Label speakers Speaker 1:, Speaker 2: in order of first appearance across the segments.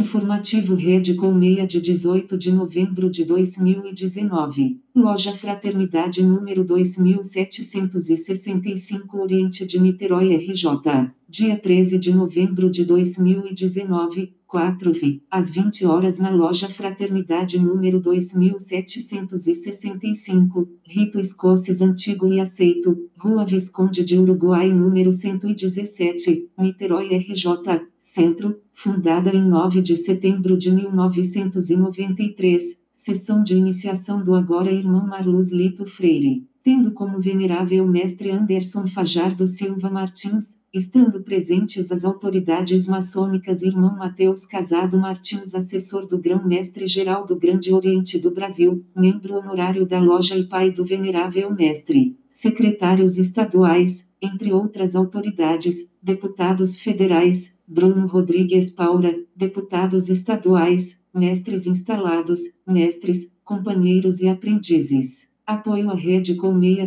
Speaker 1: Informativo Rede Colmeia de 18 de novembro de 2019. Loja Fraternidade número 2765 Oriente de Niterói RJ. Dia 13 de novembro de 2019, 4h, às 20 horas na Loja Fraternidade número 2765, Rito Escoces Antigo e Aceito, Rua Visconde de Uruguai número 117, Niterói RJ, Centro, fundada em 9 de setembro de 1993, sessão de iniciação do agora irmão Marluz Lito Freire, tendo como venerável mestre Anderson Fajardo Silva Martins, estando presentes as autoridades maçônicas irmão Mateus Casado Martins, assessor do Grão-Mestre-Geral do Grande Oriente do Brasil, membro honorário da loja e pai do venerável mestre, secretários estaduais, entre outras autoridades, deputados federais, Bruno Rodrigues Paura, deputados estaduais, mestres instalados, mestres, companheiros e aprendizes. Apoio à Rede Colmeia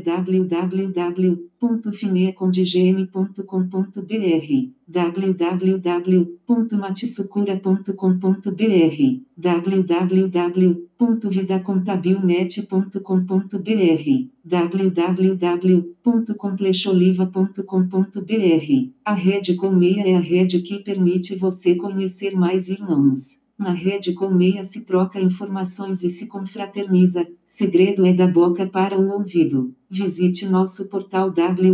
Speaker 1: www.fineacondigm.com.br, www.matsucura.com.br, www.vidacontabilnet.com.br, www.complexoliva.com.br. A Rede Colmeia é a rede que permite você conhecer mais irmãos. Na Rede Colmeia se troca informações e se confraterniza, segredo é da boca para o ouvido. Visite nosso portal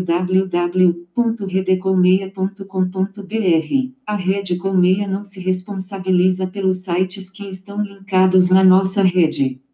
Speaker 1: www.redecolmeia.com.br. A Rede Colmeia não se responsabiliza pelos sites que estão linkados na nossa rede.